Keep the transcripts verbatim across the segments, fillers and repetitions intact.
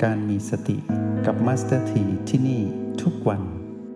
การมีสติกับมาสเตอร์ทีที่นี่ทุกวัน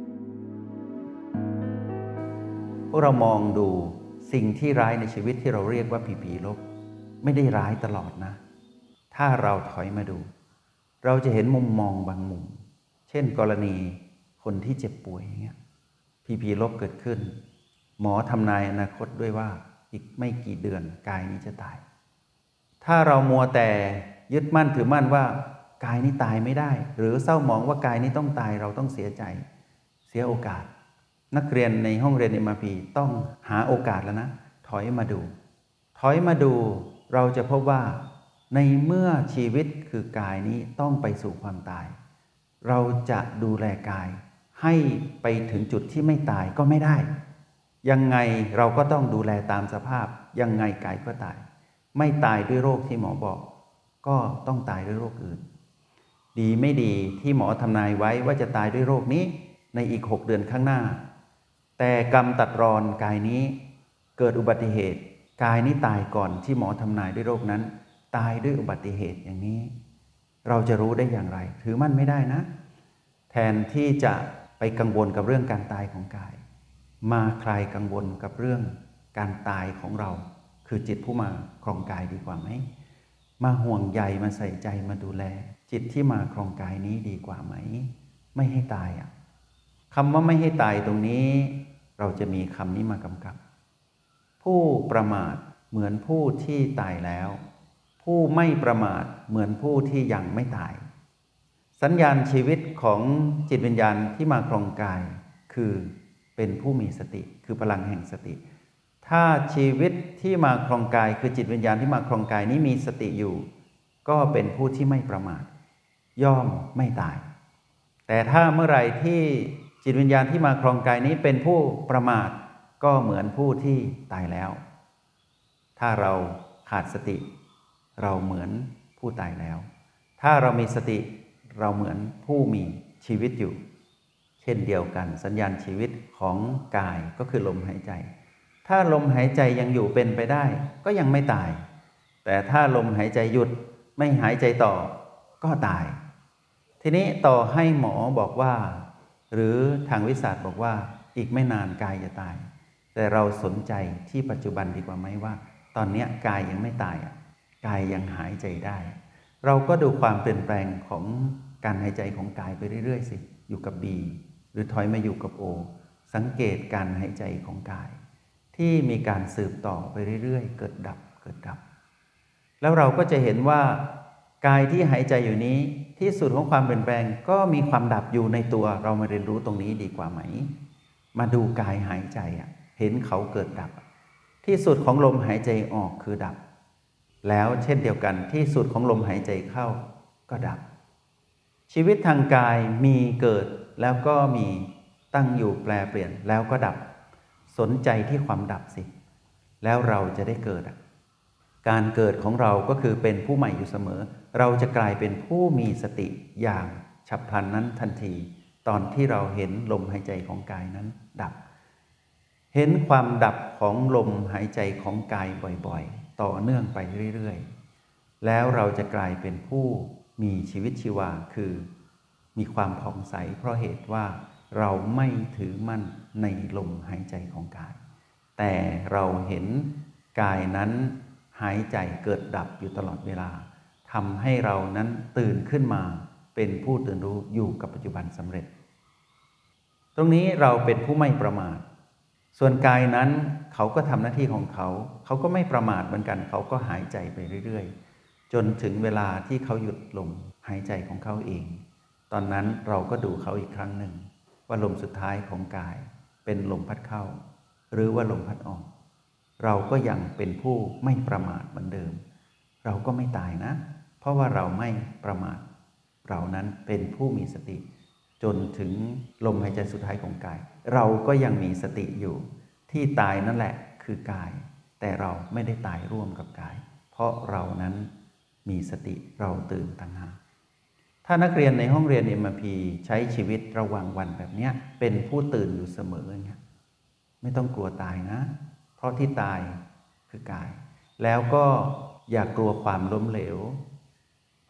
พวกเรามองดูสิ่งที่ร้ายในชีวิตที่เราเรียกว่าผีผีลบไม่ได้ร้ายตลอดนะถ้าเราถอยมาดูเราจะเห็นมุมมองบางมุมเช่นกรณีคนที่เจ็บป่วยอย่างเงี้ยผีผีลบเกิดขึ้นหมอทำนายอนาคตด้วยว่าอีกไม่กี่เดือนกายนี้จะตายถ้าเรามัวแต่ยึดมั่นถือมั่นว่ากายนี้ตายไม่ได้หรือเศร้าหมองว่ากายนี้ต้องตายเราต้องเสียใจเสียโอกาสนักเรียนในห้องเรียน เอ็ม อาร์ พี ต้องหาโอกาสแล้วนะถอยมาดูถอยมาดูเราจะพบว่าในเมื่อชีวิตคือกายนี้ต้องไปสู่ความตายเราจะดูแลกายให้ไปถึงจุดที่ไม่ตายก็ไม่ได้ยังไงเราก็ต้องดูแลตามสภาพยังไงกายก็ตายไม่ตายด้วยโรคที่หมอบอกก็ต้องตายด้วยโรคอื่นดีไม่ดีที่หมอทำนายไว้ว่าจะตายด้วยโรคนี้ในอีกหกเดือนข้างหน้าแต่กรรมตัดรอนกายนี้เกิดอุบัติเหตุกายนี้ตายก่อนที่หมอทำนายด้วยโรคนั้นตายด้วยอุบัติเหตุอย่างนี้เราจะรู้ได้อย่างไรถือมั่นไม่ได้นะแทนที่จะไปกังวลกับเรื่องการตายของกายมาคลายกังวลกับเรื่องการตายของเราคือจิตผู้มาครองกายดีกว่าไหมมาห่วงใยมาใส่ใจมาดูแลจิตที่มาครองกายนี้ดีกว่าไหมไม่ให้ตายอ่ะคำว่าไม่ให้ตายตรงนี้เราจะมีคำนี้มากำกับผู้ประมาทเหมือนผู้ที่ตายแล้วผู้ไม่ประมาทเหมือนผู้ที่ยังไม่ตายสัญญาณชีวิตของจิตวิญญาณที่มาครองกายคือเป็นผู้มีสติคือพลังแห่งสติถ้าชีวิตที่มาครองกายคือจิตวิญญาณที่มาครองกายนี้มีสติอยู่ก็เป็นผู้ที่ไม่ประมาทย่อมไม่ตายแต่ถ้าเมื่อไหร่ที่จิตวิญญาณที่มาครองกายนี้เป็นผู้ประมาทก็เหมือนผู้ที่ตายแล้วถ้าเราขาดสติเราเหมือนผู้ตายแล้วถ้าเรามีสติเราเหมือนผู้มีชีวิตอยู่เช่นเดียวกันสัญญาณชีวิตของกายก็คือลมหายใจถ้าลมหายใจยังอยู่เป็นไปได้ก็ยังไม่ตายแต่ถ้าลมหายใจหยุดไม่หายใจต่อก็ตายทีนี้ต่อให้หมอบอกว่าหรือทางวิทยาศาสตร์บอกว่าอีกไม่นานกายจะตายแต่เราสนใจที่ปัจจุบันดีกว่าไหมว่าตอนนี้กายยังไม่ตายกายยังหายใจได้เราก็ดูความเปลี่ยนแปลงของการหายใจของกายไปเรื่อยๆสิอยู่กับ B หรือถอยมาอยู่กับ O สังเกตการหายใจของกายที่มีการสืบต่อไปเรื่อยๆเกิดดับเกิดดับแล้วเราก็จะเห็นว่ากายที่หายใจอยู่นี้ที่สุดของความเปลี่ยนแปลงก็มีความดับอยู่ในตัวเรามาเรียนรู้ตรงนี้ดีกว่าไหมมาดูกายหายใจอ่ะเห็นเขาเกิดดับที่สุดของลมหายใจออกคือดับแล้วเช่นเดียวกันที่สุดของลมหายใจเข้าก็ดับชีวิตทางกายมีเกิดแล้วก็มีตั้งอยู่แปรเปลี่ยนแล้วก็ดับสนใจที่ความดับสิแล้วเราจะได้เกิดการเกิดของเราก็คือเป็นผู้ใหม่อยู่เสมอเราจะกลายเป็นผู้มีสติอย่างฉับพลันนั้นทันทีตอนที่เราเห็นลมหายใจของกายนั้นดับเห็นความดับของลมหายใจของกายบ่อยๆต่อเนื่องไปเรื่อยๆแล้วเราจะกลายเป็นผู้มีชีวิตชีวาคือมีความผ่องใสเพราะเหตุว่าเราไม่ถือมั่นในลมหายใจของกายแต่เราเห็นกายนั้นหายใจเกิดดับอยู่ตลอดเวลาทำให้เรานั้นตื่นขึ้นมาเป็นผู้ตื่นรู้อยู่กับปัจจุบันสำเร็จตรงนี้เราเป็นผู้ไม่ประมาทส่วนกายนั้นเขาก็ทำหน้าที่ของเขาเขาก็ไม่ประมาทเหมือนกันเขาก็หายใจไปเรื่อยๆจนถึงเวลาที่เขาหยุดลมหายใจของเขาเองตอนนั้นเราก็ดูเขาอีกครั้งหนึ่งว่าลมสุดท้ายของกายเป็นลมพัดเข้าหรือว่าลมพัดออกเราก็ยังเป็นผู้ไม่ประมาทเหมือนเดิมเราก็ไม่ตายนะเพราะว่าเราไม่ประมาทเรานั้นเป็นผู้มีสติจนถึงลมหายใจสุดท้ายของกายเราก็ยังมีสติอยู่ที่ตายนั่นแหละคือกายแต่เราไม่ได้ตายร่วมกับกายเพราะเรานั้นมีสติเราตื่นต่างหากถ้านักเรียนในห้องเรียน เอ็ม อาร์ พี ใช้ชีวิตระหว่างวันแบบนี้เป็นผู้ตื่นอยู่เสมออย่างเงี้ยไม่ต้องกลัวตายนะเพราะที่ตายคือกายแล้วก็อย่ากลัวความล้มเหลวเพราะ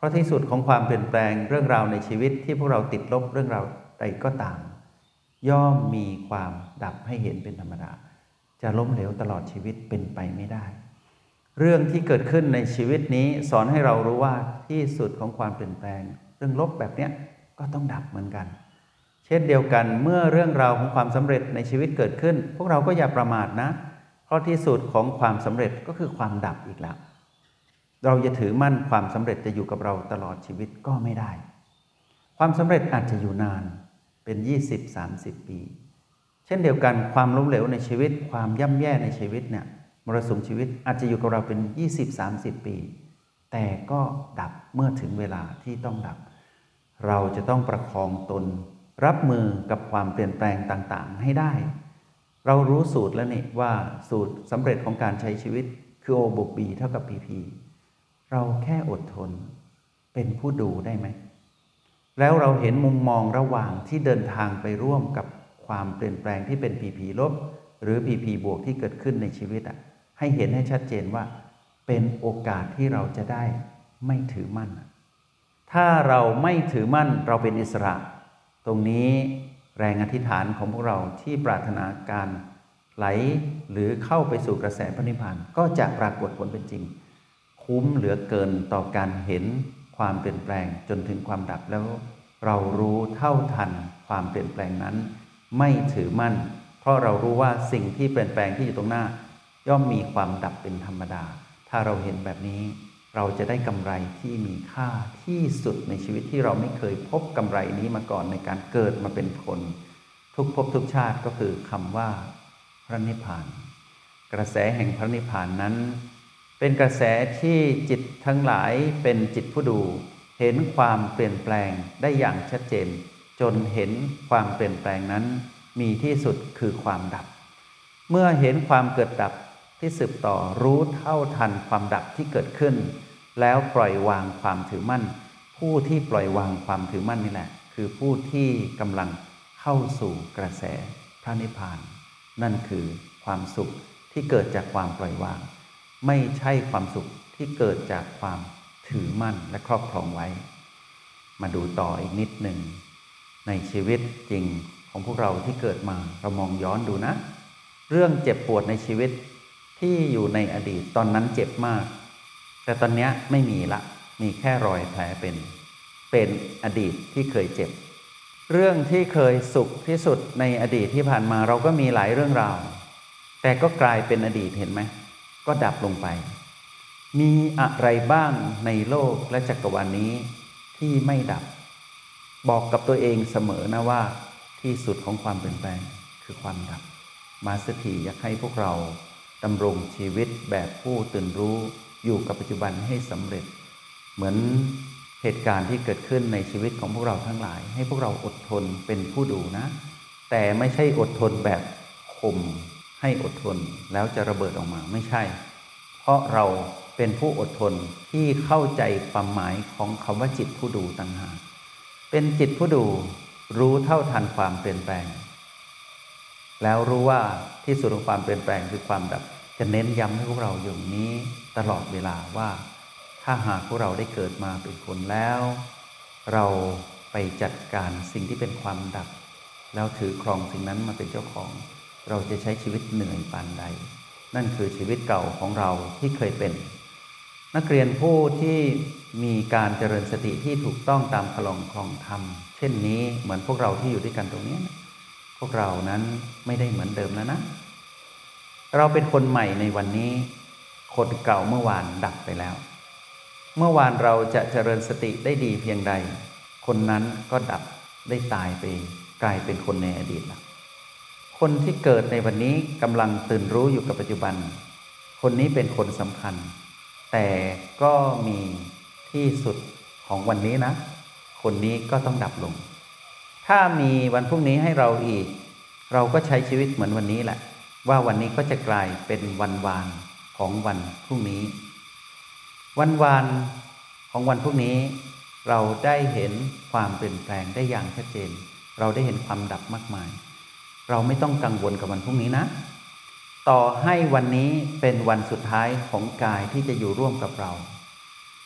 ราะที่สุดของความเปลี่ยนแปลงเรื่องราวในชีวิตที่พวกเราติดลบเรื่องราวใดก็ตามย่อมมีความดับให้เห็นเป็นธรรมดาจะล้มเหลวตลอดชีวิตเป็นไปไม่ได้เรื่องที่เกิดขึ้นในชีวิตนี้สอนให้เรารู้ว่าที่สุดของความเปลี่ยนแปลงเรื่องลบแบบเนี้ยก็ต้องดับเหมือนกันเช่นเดียวกันเมื่อเรื่องราวของความสำเร็จในชีวิตเกิดขึ้นพวกเราก็อย่าประมาทนะเพราะที่สุดของความสำเร็จก็คือความดับอีกแล้วเราจะถือมั่นความสำเร็จจะอยู่กับเราตลอดชีวิตก็ไม่ได้ความสำเร็จอาจจะอยู่นานเป็นยี่สิบ สามสิบปีเช่นเดียวกันความล้มเหลวในชีวิตความย่ำแย่ในชีวิตเนี่ยมรสุมชีวิตอาจจะอยู่กับเราเป็นยี่สิบ สามสิบปีแต่ก็ดับเมื่อถึงเวลาที่ต้องดับเราจะต้องประคองตนรับมือกับความเปลี่ยนแปลงต่างๆให้ได้เรารู้สูตรแล้วนี่ว่าสูตรสำเร็จของการใช้ชีวิตคือ O บวก B เท่ากับ พี พี เราแค่อดทนเป็นผู้ดูได้ไหมแล้วเราเห็นมุมมองระหว่างที่เดินทางไปร่วมกับความเปลี่ยนแปลงที่เป็น พี พี ลบหรือ พี พี บวกที่เกิดขึ้นในชีวิตอ่ะให้เห็นให้ชัดเจนว่าเป็นโอกาสที่เราจะได้ไม่ถือมั่นถ้าเราไม่ถือมั่นเราเป็นอิสระตรงนี้แรงอธิษฐานของพวกเราที่ปรารถนาการไหลหรือเข้าไปสู่กระแสพระนิพพานก็จะปรากฏผลเป็นจริงคุ้มเหลือเกินต่อการเห็นความเปลี่ยนแปลงจนถึงความดับแล้วเรารู้เท่าทันความเปลี่ยนแปลงนั้นไม่ถือมั่นเพราะเรารู้ว่าสิ่งที่เปลี่ยนแปลงที่อยู่ตรงหน้าย่อมมีความดับเป็นธรรมดาถ้าเราเห็นแบบนี้เราจะได้กำไรที่มีค่าที่สุดในชีวิตที่เราไม่เคยพบกำไรนี้มาก่อนในการเกิดมาเป็นคนทุกภพทุกชาติก็คือคำว่าพระนิพพานกระแสแห่งพระนิพพานนั้นเป็นกระแสที่จิตทั้งหลายเป็นจิตผู้ดูเห็นความเปลี่ยนแปลงได้อย่างชัดเจนจนเห็นความเปลี่ยนแปลงนั้นมีที่สุดคือความดับเมื่อเห็นความเกิดดับที่สืบต่อรู้เท่าทันความดับที่เกิดขึ้นแล้วปล่อยวางความถือมั่นผู้ที่ปล่อยวางความถือมั่นนี่แหละคือผู้ที่กำลังเข้าสู่กระแสพระนิพพานนั่นคือความสุขที่เกิดจากความปล่อยวางไม่ใช่ความสุขที่เกิดจากความถือมั่นและครอบครองไว้มาดูต่ออีกนิดหนึ่งในชีวิตจริงของพวกเราที่เกิดมาเรามองย้อนดูนะเรื่องเจ็บปวดในชีวิตที่อยู่ในอดีตตอนนั้นเจ็บมากแต่ตอนนี้ไม่มีละมีแค่รอยแผลเป็นเป็นอดีตที่เคยเจ็บเรื่องที่เคยสุขที่สุดในอดีตที่ผ่านมาเราก็มีหลายเรื่องราวแต่ก็กลายเป็นอดีตเห็นไหมก็ดับลงไปมีอะไรบ้างในโลกและจักรวาลนี้ที่ไม่ดับบอกกับตัวเองเสมอนะว่าที่สุดของความเปลี่ยนแปลงคือความดับมาสถีอยากให้พวกเราดำรงชีวิตแบบผู้ตื่นรู้อยู่กับปัจจุบันให้สำเร็จเหมือนเหตุการณ์ที่เกิดขึ้นในชีวิตของพวกเราทั้งหลายให้พวกเราอดทนเป็นผู้ดูนะแต่ไม่ใช่อดทนแบบข่มให้อดทนแล้วจะระเบิดออกมาไม่ใช่เพราะเราเป็นผู้อดทนที่เข้าใจความหมายของคำว่าจิตผู้ดูต่างหากเป็นจิตผู้ดูรู้เท่าทันความเปลี่ยนแปลงแล้วรู้ว่าที่สุดของความเปลี่ยนแปลงคือความดับจะเน้นย้ำให้พวกเราอยู่นี้ตลอดเวลาว่าถ้าหากพวกเราได้เกิดมาเป็นคนแล้วเราไปจัดการสิ่งที่เป็นความดับแล้วถือครองสิ่งนั้นมาเป็นเจ้าของเราจะใช้ชีวิตเหนื่อยปานใดนั่นคือชีวิตเก่าของเราที่เคยเป็นนักเรียนผู้ที่มีการเจริญสติที่ถูกต้องตามคลองคลองธรรมเช่นนี้เหมือนพวกเราที่อยู่ด้วยกันตรงนี้พวกเรานั้นไม่ได้เหมือนเดิมแล้วนะเราเป็นคนใหม่ในวันนี้คนเก่าเมื่อวานดับไปแล้วเมื่อวานเราจะเจริญสติได้ดีเพียงใดคนนั้นก็ดับได้ตายไปกลายเป็นคนในอดีตแล้วคนที่เกิดในวันนี้กำลังตื่นรู้อยู่กับปัจจุบันคนนี้เป็นคนสำคัญแต่ก็มีที่สุดของวันนี้นะคนนี้ก็ต้องดับลงถ้ามีวันพรุ่งนี้ให้เราอีกเราก็ใช้ชีวิตเหมือนวันนี้แหละว่าวันนี้ก็จะกลายเป็นวันวานของวันพรุ่งนี้วันวานของวันพรุ่งนี้เราได้เห็นความเปลี่ยนแปลงได้อย่างชัดเจนเราได้เห็นความดับมากมายเราไม่ต้องกังวลกับวันพรุ่งนี้นะต่อให้วันนี้เป็นวันสุดท้ายของกายที่จะอยู่ร่วมกับเรา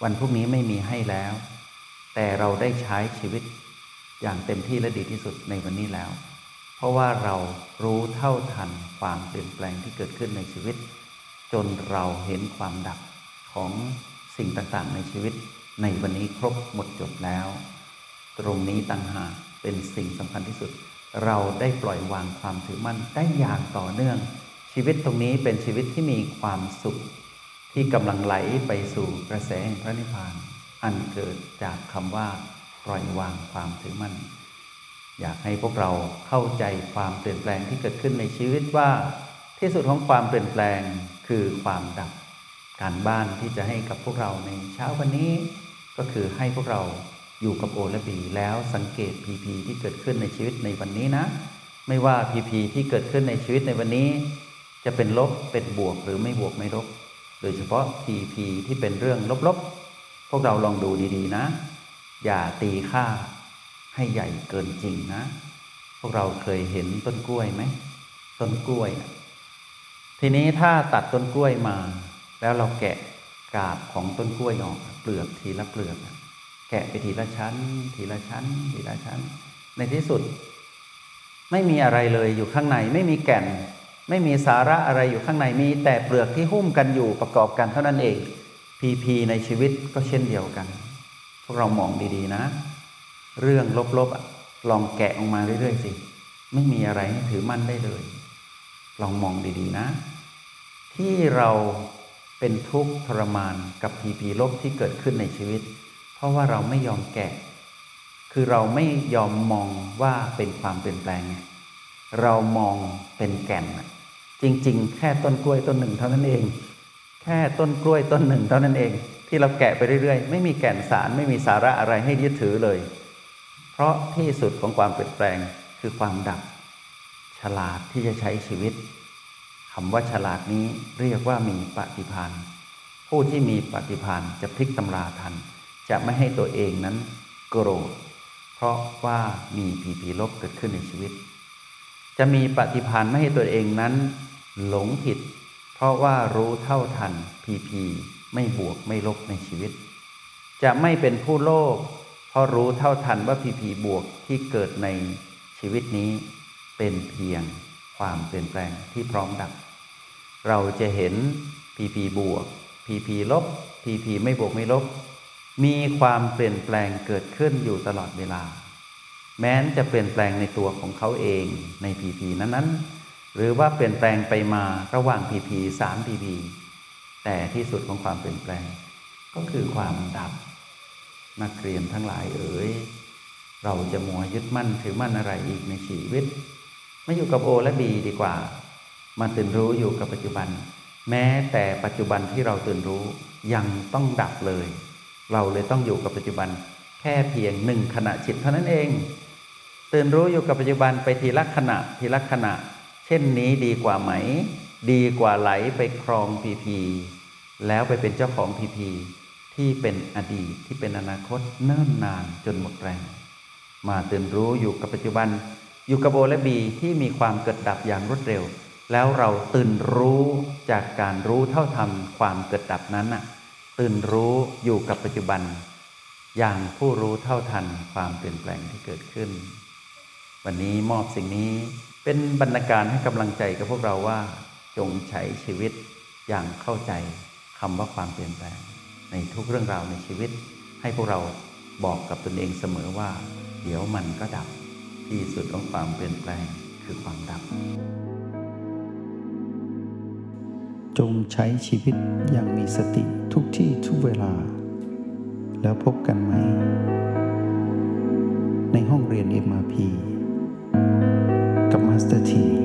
วันพรุ่งนี้ไม่มีให้แล้วแต่เราได้ใช้ชีวิตอย่างเต็มที่และดีที่สุดในวันนี้แล้วเพราะว่าเรารู้เท่าทันความเปลี่ยนแปลงที่เกิดขึ้นในชีวิตจนเราเห็นความดับของสิ่งต่างๆในชีวิตในวันนี้ครบหมดจดแล้วตรงนี้ต่างหากเป็นสิ่งสำคัญที่สุดเราได้ปล่อยวางความถือมั่นได้อย่างต่อเนื่องชีวิตตรงนี้เป็นชีวิตที่มีความสุขที่กำลังไหลไปสู่กระแสแห่งพระนิพพานอันเกิดจากคำว่าปล่อยวางความถือมั่นอยากให้พวกเราเข้าใจความเปลี่ยนแปลงที่เกิดขึ้นในชีวิตว่าที่สุดของความเปลี่ยนแปลงคือความดับการบ้านที่จะให้กับพวกเราในเช้าวันนี้ก็คือให้พวกเราอยู่กับโอและบีแล้วสังเกตพีพีที่เกิดขึ้นในชีวิตในวันนี้นะไม่ว่าพีพีที่เกิดขึ้นในชีวิตในวันนี้จะเป็นลบเป็นบวกหรือไม่บวกไม่ลบโดยเฉพาะพีพีที่เป็นเรื่องลบๆพวกเราลองดูดีๆนะอย่าตีค่าให้ใหญ่เกินจริงนะพวกเราเคยเห็นต้นกล้วยไหมต้นกล้วยทีนี้ถ้าตัดต้นกล้วยมาแล้วเราแกะกาบของต้นกล้วยออกเปลือกทีละเปลือกแกะไปทีละชั้นทีละชั้นทีละชั้นในที่สุดไม่มีอะไรเลยอยู่ข้างในไม่มีแก่นไม่มีสาระอะไรอยู่ข้างในมีแต่เปลือกที่หุ้มกันอยู่ประกอบกันเท่านั้นเองพีพีในชีวิตก็เช่นเดียวกันพวกเรามองดีๆนะเรื่องลบๆลองแกะออกมาเรื่อยๆสิไม่มีอะไรให้ถือมั่นได้เลยลองมองดีๆนะที่เราเป็นทุกข์ทรมานกับพีพีลบที่เกิดขึ้นในชีวิตเพราะว่าเราไม่ยอมแกะคือเราไม่ยอมมองว่าเป็นความเปลี่ยนแปลงเรามองเป็นแก่นจริงๆแค่ต้นกล้วยต้นหนึ่งเท่านั้นเองแค่ต้นกล้วยต้นหนึ่งเท่านั้นเองที่เราแกะไปเรื่อยๆไม่มีแก่นสารไม่มีสาระอะไรให้ยึดถือเลยเพราะที่สุดของความเปลี่ยนแปลงคือความดับฉลาดที่จะใช้ชีวิตคำว่าฉลาดนี้เรียกว่ามีปฏิภาณผู้ที่มีปฏิภาณจะพลิกตำราทันจะไม่ให้ตัวเองนั้นโกรธเพราะว่ามีพีพีลบเกิดขึ้นในชีวิตจะมีปฏิภาณไม่ให้ตัวเองนั้นหลงผิดเพราะว่ารู้เท่าทันพีพีไม่บวกไม่ลบในชีวิตจะไม่เป็นผู้โลภเพราะรู้เท่าทันว่าพีพีบวกที่เกิดในชีวิตนี้เป็นเพียงความเปลี่ยนแปลงที่พร้อมดับเราจะเห็นพีพีบวกพีพีลบพีพีไม่บวกไม่ลบมีความเปลี่ยนแปลงเกิดขึ้นอยู่ตลอดเวลาแม้นจะเปลี่ยนแปลงในตัวของเขาเองในพีพีนั้นๆหรือว่าเปลี่ยนแปลงไปมาระหว่างพีพีสามพีพีแต่ที่สุดของความเปลี่ยนแปลงก็คือความดับนักเรียนทั้งหลายเอ๋ยเราจะมัวยึดมั่นถือมั่นอะไรอีกในชีวิตมาอยู่กับโอและบีดีกว่ามาตื่นรู้อยู่กับปัจจุบันแม้แต่ปัจจุบันที่เราตื่นรู้ยังต้องดับเลยเราเลยต้องอยู่กับปัจจุบันแค่เพียงหนึ่งขณะจิตเท่านั้นเองตื่นรู้อยู่กับปัจจุบันไปทีละขณะทีละขณะเช่นนี้ดีกว่าไหมดีกว่าไหลไปครองพีพีแล้วไปเป็นเจ้าของพีพีที่เป็นอดีตที่เป็นอนาคตเนิ่นนานจนหมดแรงมาตื่นรู้อยู่กับปัจจุบันอยู่กับโอและบีที่มีความเกิดดับอย่างรวดเร็วแล้วเราตื่นรู้จากการรู้เท่าทันความเกิดดับนั้นน่ะตื่นรู้อยู่กับปัจจุบันอย่างผู้รู้เท่าทันความเปลี่ยนแปลงที่เกิดขึ้นวันนี้มอบสิ่งนี้เป็นบรรณาการให้กำลังใจกับพวกเราว่าจงใช้ชีวิตอย่างเข้าใจคำว่าความเปลี่ยนแปลงในทุกเรื่องราวในชีวิตให้พวกเราบอกกับตนเองเสมอว่าเดี๋ยวมันก็ดับที่สุดของความเปลี่ยนแปลงคือความดับจงใช้ชีวิตอย่างมีสติทุกที่ทุกเวลาแล้วพบกันไหมในห้องเรียน เอ็ม อาร์ พี กับมาสเตอร์ที